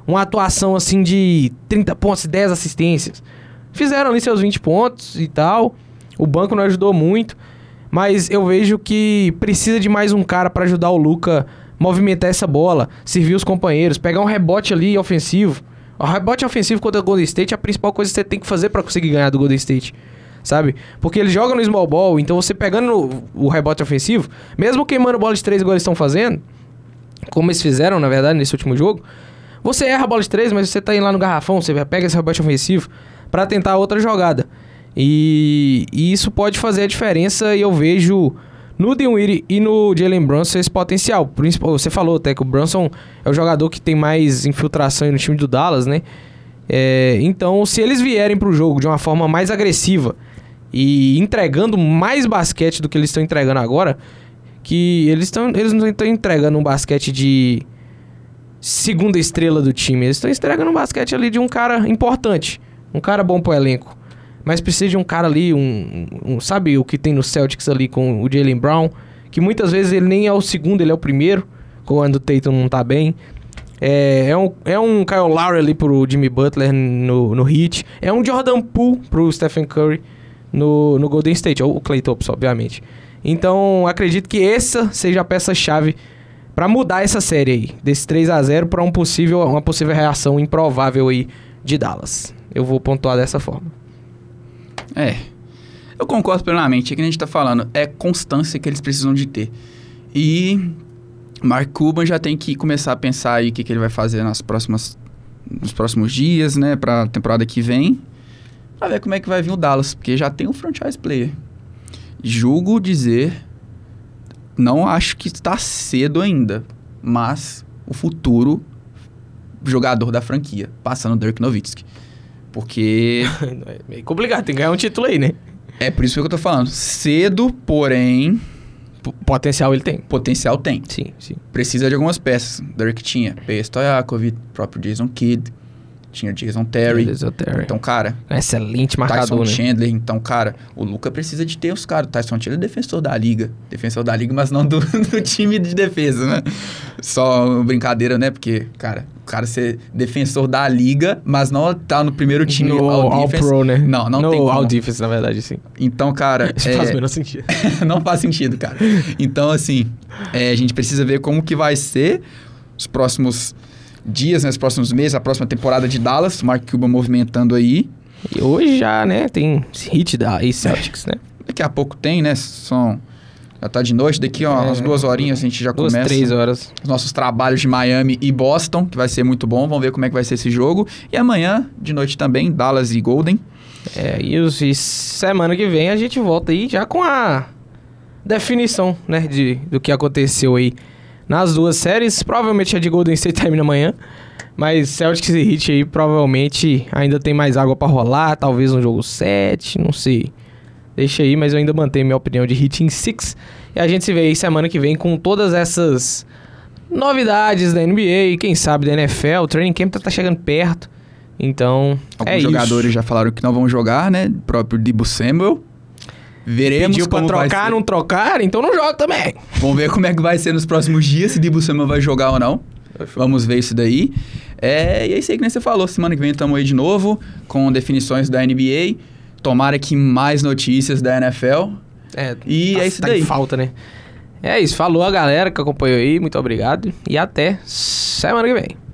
uma atuação assim de trinta pontos e dez assistências. Fizeram ali seus vinte pontos e tal. O banco não ajudou muito. Mas eu vejo que precisa de mais um cara para ajudar o Luka movimentar essa bola, servir os companheiros, pegar um rebote ali ofensivo. O rebote ofensivo contra o Golden State é a principal coisa que você tem que fazer para conseguir ganhar do Golden State, sabe? Porque eles jogam no small ball, então você pegando no, o rebote ofensivo, mesmo queimando bola de três igual eles estão fazendo, como eles fizeram, na verdade, nesse último jogo, você erra a bola de três, mas você tá indo lá no garrafão, você pega esse rebote ofensivo para tentar outra jogada. E, e isso pode fazer a diferença, e eu vejo no Dinwiddie e no Jalen Brunson esse potencial. Você falou até que o Brunson é o jogador que tem mais infiltração no time do Dallas, né? É, então, se eles vierem pro jogo de uma forma mais agressiva e entregando mais basquete do que eles estão entregando agora, que eles, tão, eles não estão entregando um basquete de segunda estrela do time, eles estão entregando um basquete ali de um cara importante, um cara bom pro elenco. Mas precisa de um cara ali, um, um, sabe o que tem no Celtics ali com o Jaylen Brown, que muitas vezes ele nem é o segundo, ele é o primeiro, quando o Tatum não tá bem. É, é, um, é um Kyle Lowry ali pro Jimmy Butler no, no Heat. É um Jordan Poole pro Stephen Curry no, no Golden State, ou o Klay Thompson, obviamente. Então, acredito que essa seja a peça-chave para mudar essa série aí, desse três a zero para um possível, uma possível reação improvável aí de Dallas. Eu vou pontuar dessa forma. É, eu concordo plenamente. É que a gente tá falando, é constância que eles precisam de ter. E Mark Cuban já tem que começar a pensar aí o que, que ele vai fazer nas próximas, nos próximos dias, né, pra temporada que vem, pra ver como é que vai vir o Dallas, porque já tem um franchise player. Julgo dizer, não acho que está cedo ainda, mas o futuro jogador da franquia, passando o Dirk Nowitzki. Porque... é meio complicado, tem que ganhar um título aí, né? É por isso que eu tô falando. Cedo, porém... P- potencial ele tem. Potencial tem. Sim, sim. Precisa de algumas peças. Dirk tinha Peja Stojakovic, próprio Jason Kidd, tinha Jason Terry. Jason Terry. Então, cara... Excelente marcador, Tyson né? Chandler. Então, cara, o Luka precisa de ter os caras. O Tyson Chandler é defensor da liga. Defensor da liga, mas não do, do time de defesa, né? Só brincadeira, né? Porque, cara... O cara ser defensor da liga, mas não tá no primeiro time no all, all defense. Pro, né? Não, não no tem como. All Defense, na verdade, sim. Então, cara... Isso é... faz o menor sentido. não faz sentido, cara. Então, assim, é, a gente precisa ver como que vai ser os próximos dias, né? Os próximos meses, a próxima temporada de Dallas. O Mark Cuban movimentando aí. E hoje já, né? Tem Heat da e Celtics, né? Daqui a pouco tem, né? São... Já tá de noite, daqui ó, é, umas duas horinhas a gente já duas, começa. três horas. Os nossos trabalhos de Miami e Boston, que vai ser muito bom. Vamos ver como é que vai ser esse jogo. E amanhã, de noite também, Dallas e Golden. É, e, os, e semana que vem a gente volta aí já com a definição, né? De, do que aconteceu aí nas duas séries. Provavelmente a de Golden State termina amanhã. Mas Celtics e Heat aí provavelmente ainda tem mais água pra rolar. Talvez um jogo sete, não sei. Deixa aí, mas eu ainda mantenho minha opinião de Heat em seis. E a gente se vê aí semana que vem com todas essas novidades da N B A e quem sabe da N F L. O training camp tá chegando perto. Então, Alguns é jogadores isso. já falaram que não vão jogar, né? O próprio Debo Samuel. Veremos Pediu pra como vai trocar, ser. não trocar, então não joga também. Vamos ver como é que vai ser nos próximos dias, se Debo Samuel vai jogar ou não. Vamos ver isso daí. É, e é isso aí que nem você falou. Semana que vem estamos aí de novo com definições da N B A. Tomara que mais notícias da N F L. É, E tá, é isso tá daí. em falta, né? É isso. Falou a galera que acompanhou aí. Muito obrigado. E até semana que vem.